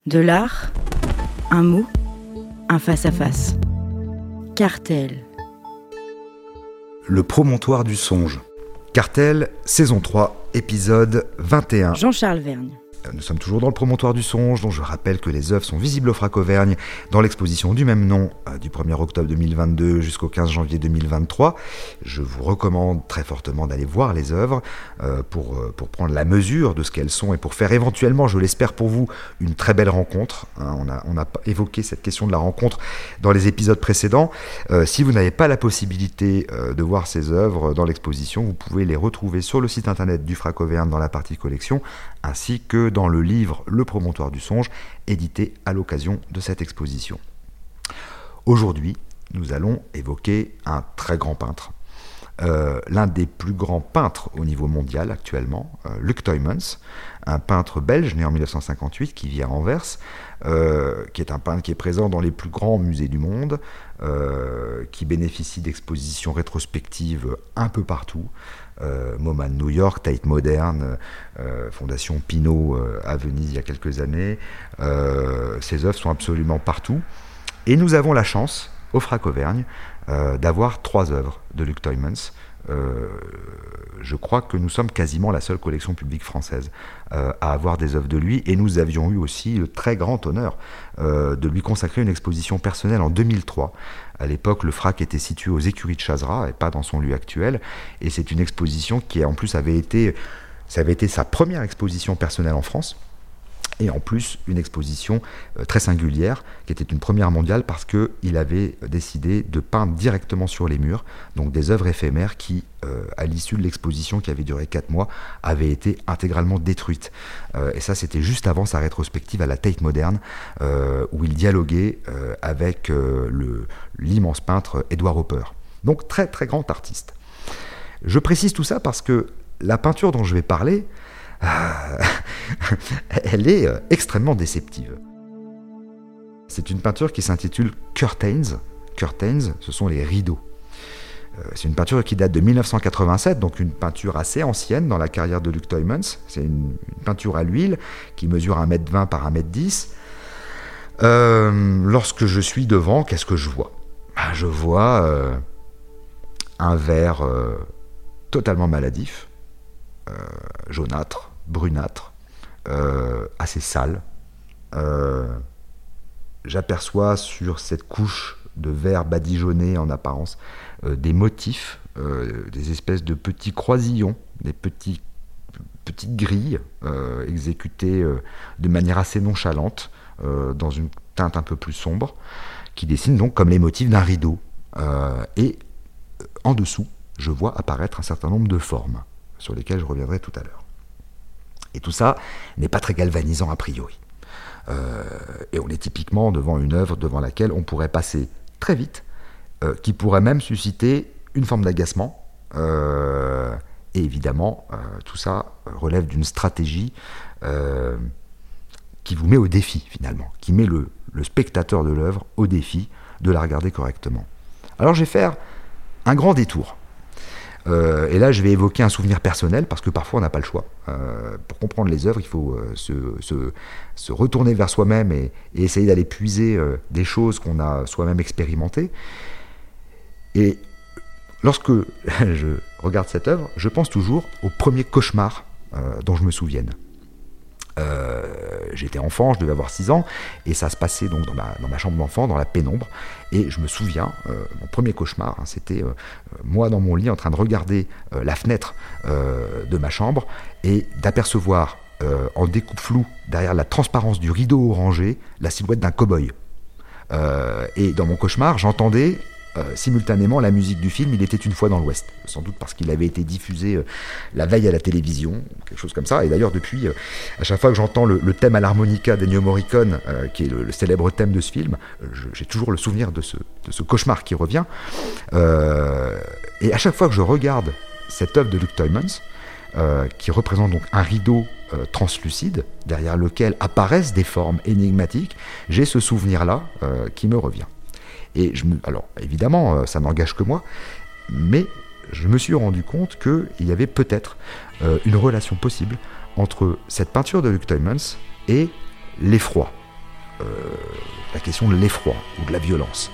De l'art, un mot, un face-à-face. Cartel. Le promontoire du songe. Cartel, saison 3, épisode 21. Jean-Charles Vergne. Nous sommes toujours dans le promontoire du songe, dont je rappelle que les œuvres sont visibles au Frac Auvergne dans l'exposition du même nom du 1er octobre 2022 jusqu'au 15 janvier 2023. Je vous recommande très fortement d'aller voir les œuvres pour prendre la mesure de ce qu'elles sont et pour faire éventuellement, je l'espère pour vous, une très belle rencontre. On a évoqué cette question de la rencontre dans les épisodes précédents. Si vous n'avez pas la possibilité de voir ces œuvres dans l'exposition, vous pouvez les retrouver sur le site internet du Frac Auvergne dans la partie collection, ainsi que dans le livre Le Promontoire du songe, édité à l'occasion de cette exposition. Aujourd'hui, nous allons évoquer un très grand peintre, l'un des plus grands peintres au niveau mondial actuellement, Luc Tuymans, un peintre belge né en 1958 qui vit à Anvers, qui est un peintre qui est présent dans les plus grands musées du monde, qui bénéficie d'expositions rétrospectives un peu partout, MoMA de New York, Tate Modern, Fondation Pinault à Venise il y a quelques années. Ces œuvres sont absolument partout. Et nous avons la chance, au Frac Auvergne, d'avoir 3 œuvres de Luc Tuymans. Je crois que nous sommes quasiment la seule collection publique française à avoir des œuvres de lui, et nous avions eu aussi le très grand honneur de lui consacrer une exposition personnelle en 2003. À l'époque, le Frac était situé aux Écuries de Chazera et pas dans son lieu actuel, et c'est une exposition qui en plus avait été sa première exposition personnelle en France. Et en plus, une exposition très singulière, qui était une première mondiale parce qu'il avait décidé de peindre directement sur les murs, donc des œuvres éphémères qui, à l'issue de l'exposition qui avait duré 4 mois, avaient été intégralement détruites. Et ça, c'était juste avant sa rétrospective à la Tate Modern, où il dialoguait avec l'immense peintre Edward Hopper. Donc très très grand artiste. Je précise tout ça parce que la peinture dont je vais parler, elle est extrêmement déceptive. C'est une peinture qui s'intitule Curtains. Curtains, ce sont les rideaux. C'est une peinture qui date de 1987, donc une peinture assez ancienne dans la carrière de Luc Tuymans. C'est une peinture à l'huile qui mesure 1m20 par 1m10. Lorsque je suis devant, qu'est-ce que je vois ? Je vois un verre totalement maladif, jaunâtre, brunâtre, assez sale. J'aperçois sur cette couche de verre badigeonné en apparence des motifs, des espèces de petits croisillons, des petites grilles exécutées de manière assez nonchalante dans une teinte un peu plus sombre, qui dessinent donc comme les motifs d'un rideau. Et en dessous, je vois apparaître un certain nombre de formes sur lesquelles je reviendrai tout à l'heure. Et tout ça n'est pas très galvanisant a priori. Et on est typiquement devant une œuvre devant laquelle on pourrait passer très vite, qui pourrait même susciter une forme d'agacement. Et évidemment, tout ça relève d'une stratégie qui vous met au défi finalement, qui met le spectateur de l'œuvre au défi de la regarder correctement. Alors je vais faire un grand détour. Et là, je vais évoquer un souvenir personnel, parce que parfois, on n'a pas le choix. Pour comprendre les œuvres, il faut se retourner vers soi-même et essayer d'aller puiser des choses qu'on a soi-même expérimentées. Et lorsque je regarde cette œuvre, je pense toujours au premier cauchemar dont je me souvienne. J'étais enfant, je devais avoir 6 ans, et ça se passait donc dans ma chambre d'enfant, dans la pénombre, et je me souviens, mon premier cauchemar, c'était moi dans mon lit en train de regarder la fenêtre de ma chambre, et d'apercevoir en découpe floue, derrière la transparence du rideau orangé, la silhouette d'un cow-boy. Et dans mon cauchemar, j'entendais simultanément la musique du film Il était une fois dans l'Ouest, sans doute parce qu'il avait été diffusé la veille à la télévision, quelque chose comme ça. Et d'ailleurs depuis, à chaque fois que j'entends le thème à l'harmonica d'Ennio Morricone, qui est le célèbre thème de ce film, j'ai toujours le souvenir de ce cauchemar qui revient. Et à chaque fois que je regarde cette œuvre de Luc Tuymans, qui représente donc un rideau translucide, derrière lequel apparaissent des formes énigmatiques, j'ai ce souvenir-là qui me revient. Et alors, évidemment, ça n'engage que moi, mais je me suis rendu compte qu'il y avait peut-être une relation possible entre cette peinture de Luc Tuymans et l'effroi la question de l'effroi ou de la violence.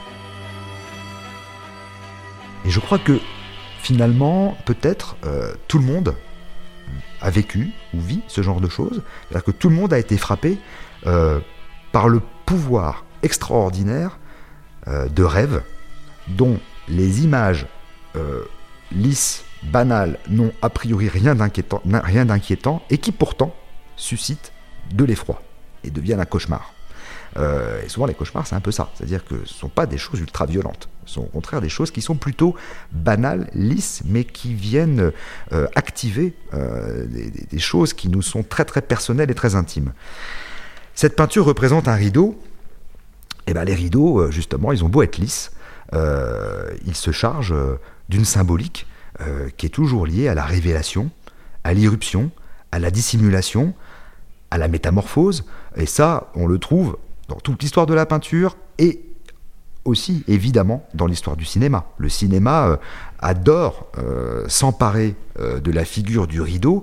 Et je crois que finalement, peut-être, tout le monde a vécu ou vit ce genre de choses. C'est-à-dire que tout le monde a été frappé par le pouvoir extraordinaire de rêve dont les images lisses, banales, n'ont a priori rien d'inquiétant et qui pourtant suscitent de l'effroi et deviennent un cauchemar. Et souvent les cauchemars c'est un peu ça, c'est-à-dire que ce ne sont pas des choses ultra violentes, ce sont au contraire des choses qui sont plutôt banales, lisses, mais qui viennent activer des choses qui nous sont très très personnelles et très intimes. Cette peinture représente un rideau, et bien les rideaux justement ils ont beau être lisses, ils se chargent d'une symbolique qui est toujours liée à la révélation, à l'irruption, à la dissimulation, à la métamorphose, et ça on le trouve dans toute l'histoire de la peinture et aussi évidemment dans l'histoire du cinéma. Le cinéma adore s'emparer de la figure du rideau,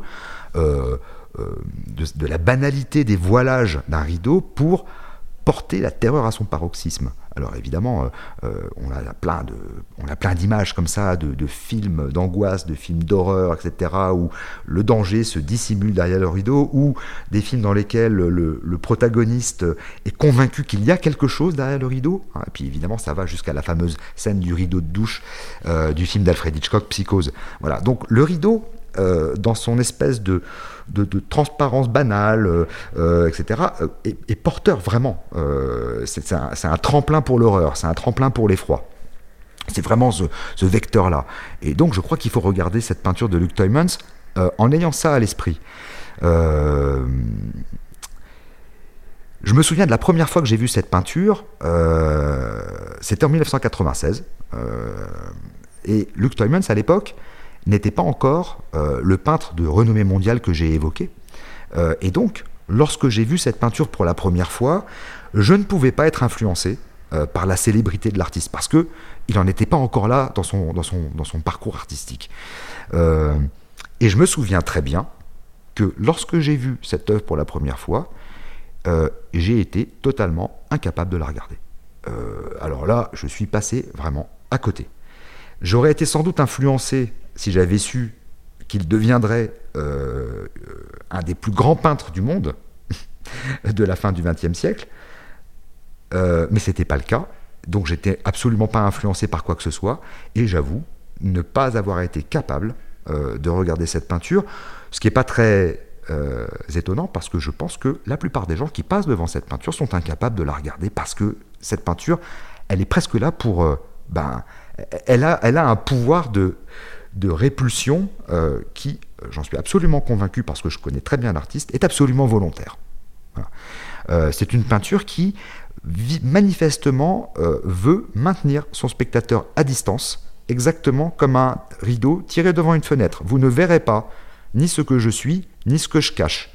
de la banalité des voilages d'un rideau pour porter la terreur à son paroxysme. Alors évidemment, on a plein d'images comme ça, de films d'angoisse, de films d'horreur, etc., où le danger se dissimule derrière le rideau, ou des films dans lesquels le protagoniste est convaincu qu'il y a quelque chose derrière le rideau. Et puis évidemment, ça va jusqu'à la fameuse scène du rideau de douche du film d'Alfred Hitchcock, Psychose. Voilà. Donc le rideau, dans son espèce de transparence banale, etc., est porteur vraiment. C'est un tremplin pour l'horreur, c'est un tremplin pour l'effroi. C'est vraiment ce vecteur-là. Et donc je crois qu'il faut regarder cette peinture de Luc Tuymans en ayant ça à l'esprit. Je me souviens de la première fois que j'ai vu cette peinture, c'était en 1996. Et Luc Tuymans, à l'époque, n'était pas encore le peintre de renommée mondiale que j'ai évoqué. Et donc, lorsque j'ai vu cette peinture pour la première fois, je ne pouvais pas être influencé par la célébrité de l'artiste, parce qu'il n'en était pas encore là dans son parcours artistique. Et je me souviens très bien que lorsque j'ai vu cette œuvre pour la première fois, j'ai été totalement incapable de la regarder. Alors là, je suis passé vraiment à côté. J'aurais été sans doute influencé si j'avais su qu'il deviendrait un des plus grands peintres du monde de la fin du XXe siècle, mais ce n'était pas le cas, donc j'étais absolument pas influencé par quoi que ce soit, et j'avoue ne pas avoir été capable de regarder cette peinture, ce qui n'est pas très étonnant, parce que je pense que la plupart des gens qui passent devant cette peinture sont incapables de la regarder, parce que cette peinture, elle est presque là pour... elle a un pouvoir de répulsion qui, j'en suis absolument convaincu parce que je connais très bien l'artiste, est absolument volontaire. Voilà. C'est une peinture qui manifestement veut maintenir son spectateur à distance, exactement comme un rideau tiré devant une fenêtre. Vous ne verrez pas ni ce que je suis, ni ce que je cache.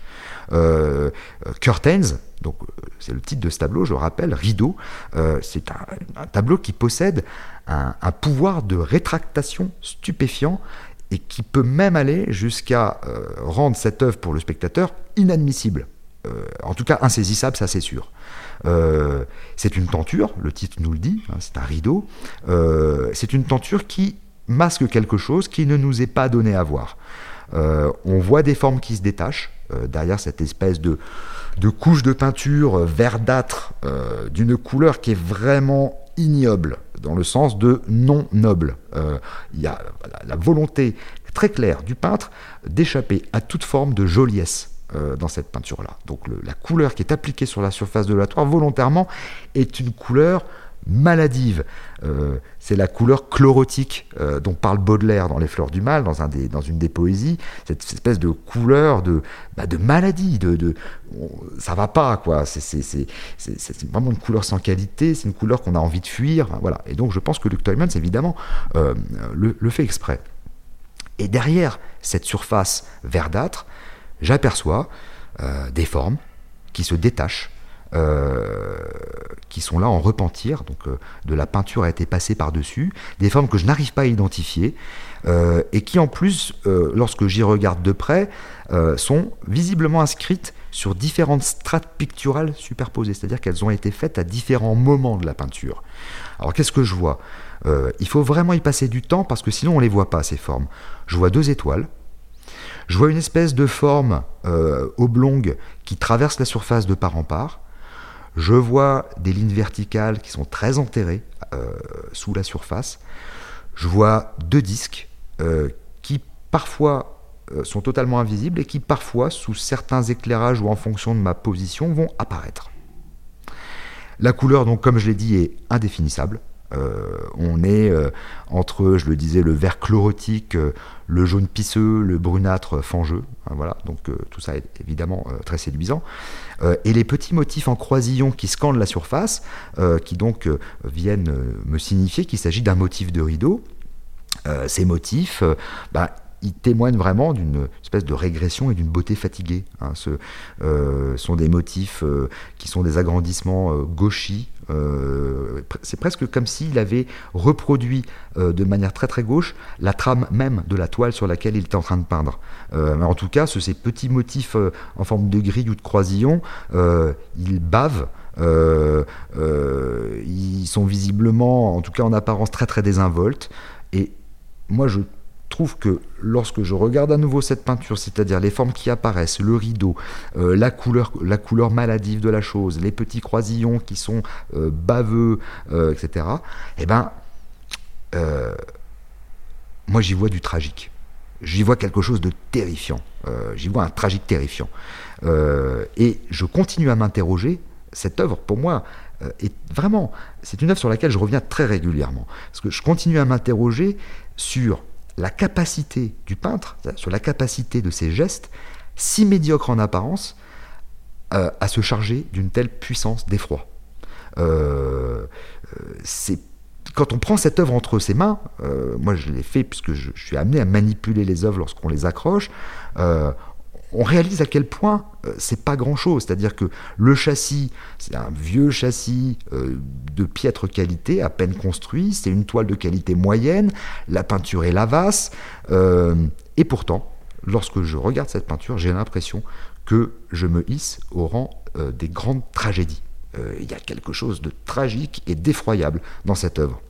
Curtains, donc c'est le titre de ce tableau, je rappelle, Rideau, c'est un tableau qui possède un pouvoir de rétractation stupéfiant et qui peut même aller jusqu'à rendre cette œuvre pour le spectateur inadmissible. En tout cas insaisissable, ça c'est sûr. C'est une tenture, le titre nous le dit, c'est un rideau. C'est une tenture qui masque quelque chose qui ne nous est pas donné à voir. On voit des formes qui se détachent derrière cette espèce de couche de peinture verdâtre d'une couleur qui est vraiment ignoble, dans le sens de non noble. Il y a la volonté très claire du peintre d'échapper à toute forme de joliesse dans cette peinture-là. Donc la couleur qui est appliquée sur la surface de la toile volontairement est une couleur maladive. C'est la couleur chlorotique dont parle Baudelaire dans Les Fleurs du Mal, dans une des poésies, cette espèce de couleur de maladie, ça va pas, quoi. C'est vraiment une couleur sans qualité, c'est une couleur qu'on a envie de fuir, voilà. Et donc je pense que Luc Tuymans, évidemment, le fait exprès. Et derrière cette surface verdâtre, j'aperçois des formes qui se détachent, qui qui sont là en repentir, donc de la peinture a été passée par-dessus, des formes que je n'arrive pas à identifier, et qui en plus, lorsque j'y regarde de près, sont visiblement inscrites sur différentes strates picturales superposées, c'est-à-dire qu'elles ont été faites à différents moments de la peinture. Alors qu'est-ce que je vois ? Il faut vraiment y passer du temps, parce que sinon on ne les voit pas, ces formes. Je vois 2 étoiles, je vois une espèce de forme oblongue qui traverse la surface de part en part. Je vois des lignes verticales qui sont très enterrées sous la surface. Je vois 2 disques qui parfois sont totalement invisibles et qui parfois, sous certains éclairages ou en fonction de ma position, vont apparaître. La couleur, donc, comme je l'ai dit, est indéfinissable. On est entre, je le disais, le vert chlorotique, le jaune pisseux, le brunâtre fangeux, voilà, donc tout ça est évidemment très séduisant, et les petits motifs en croisillon qui scandent la surface, qui donc viennent me signifier qu'il s'agit d'un motif de rideau. Ces motifs, ils témoignent vraiment d'une espèce de régression et d'une beauté fatiguée. Ce sont des motifs qui sont des agrandissements gauchis. C'est presque comme s'il avait reproduit de manière très très gauche la trame même de la toile sur laquelle il était en train de peindre. Mais en tout cas, ces petits motifs en forme de grille ou de croisillon, ils bavent. Ils sont visiblement, en tout cas en apparence, très très désinvoltes. Et moi, je trouve que lorsque je regarde à nouveau cette peinture, c'est-à-dire les formes qui apparaissent, le rideau, la couleur maladive de la chose, les petits croisillons qui sont baveux, etc., moi j'y vois du tragique. J'y vois quelque chose de terrifiant. J'y vois un tragique terrifiant. Et je continue à m'interroger. Cette œuvre, pour moi, c'est une œuvre sur laquelle je reviens très régulièrement. Parce que je continue à m'interroger sur la capacité du peintre, sur la capacité de ses gestes, si médiocres en apparence, à se charger d'une telle puissance d'effroi. Quand on prend cette œuvre entre ses mains, moi je l'ai fait puisque je suis amené à manipuler les œuvres lorsqu'on les accroche, on réalise à quel point c'est pas grand-chose. C'est-à-dire que le châssis, c'est un vieux châssis de piètre qualité, à peine construit, c'est une toile de qualité moyenne, la peinture est lavasse, et pourtant, lorsque je regarde cette peinture, j'ai l'impression que je me hisse au rang des grandes tragédies. Il y a quelque chose de tragique et d'effroyable dans cette œuvre.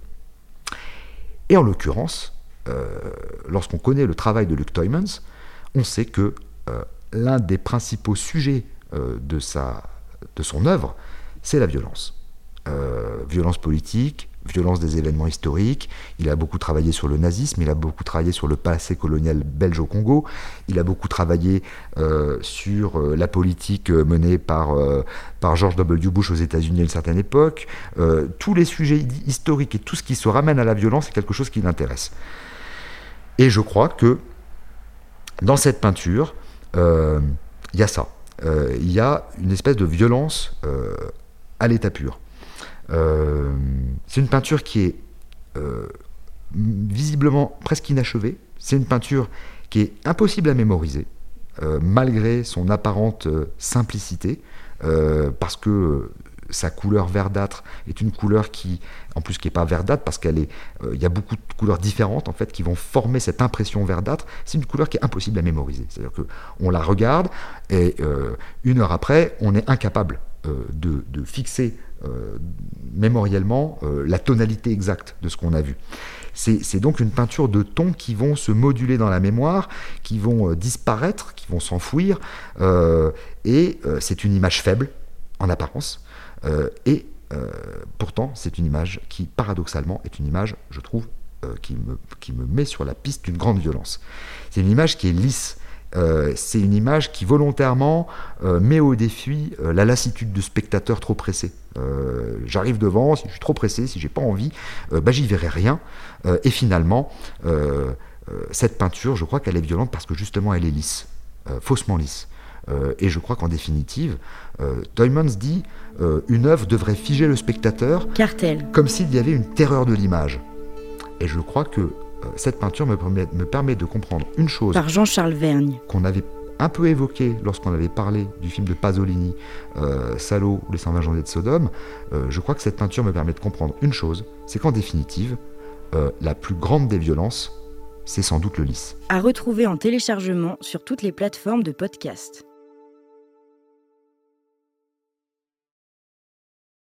Et en l'occurrence, lorsqu'on connaît le travail de Luc Tuymans, on sait que l'un des principaux sujets de son œuvre, c'est la violence. Violence politique, violence des événements historiques. Il a beaucoup travaillé sur le nazisme, il a beaucoup travaillé sur le passé colonial belge au Congo, il a beaucoup travaillé sur la politique menée par George W. Bush aux États-Unis à une certaine époque. Tous les sujets historiques et tout ce qui se ramène à la violence est quelque chose qui l'intéresse. Et je crois que dans cette peinture, il y a ça. Il y a une espèce de violence à l'état pur. C'est une peinture qui est visiblement presque inachevée. C'est une peinture qui est impossible à mémoriser, malgré son apparente simplicité, parce que sa couleur verdâtre est une couleur qui n'est pas verdâtre, parce qu'il y a beaucoup de couleurs différentes en fait qui vont former cette impression verdâtre. C'est une couleur qui est impossible à mémoriser. C'est-à-dire qu'on la regarde et une heure après, on est incapable de fixer mémoriellement la tonalité exacte de ce qu'on a vu. C'est donc une peinture de tons qui vont se moduler dans la mémoire, qui vont disparaître, qui vont s'enfouir, et c'est une image faible en apparence, et pourtant c'est une image qui paradoxalement est une image, je trouve, qui me met sur la piste d'une grande violence. C'est une image qui est lisse. C'est une image qui volontairement met au défi la lassitude du spectateur trop pressé. J'arrive devant, si je suis trop pressé, si j'ai pas envie, j'y verrai rien. Et finalement, cette peinture, je crois qu'elle est violente parce que justement elle est lisse, faussement lisse. Et je crois qu'en définitive, Tuymans dit une œuvre devrait figer le spectateur comme s'il y avait une terreur de l'image. Et je crois que cette peinture me permet de comprendre une chose par Jean-Charles Vergne qu'on n'avait un peu évoqué lorsqu'on avait parlé du film de Pasolini, Salo ou les 120 journées de Sodome, je crois que cette peinture me permet de comprendre une chose, c'est qu'en définitive, la plus grande des violences, c'est sans doute le lys. À retrouver en téléchargement sur toutes les plateformes de podcast.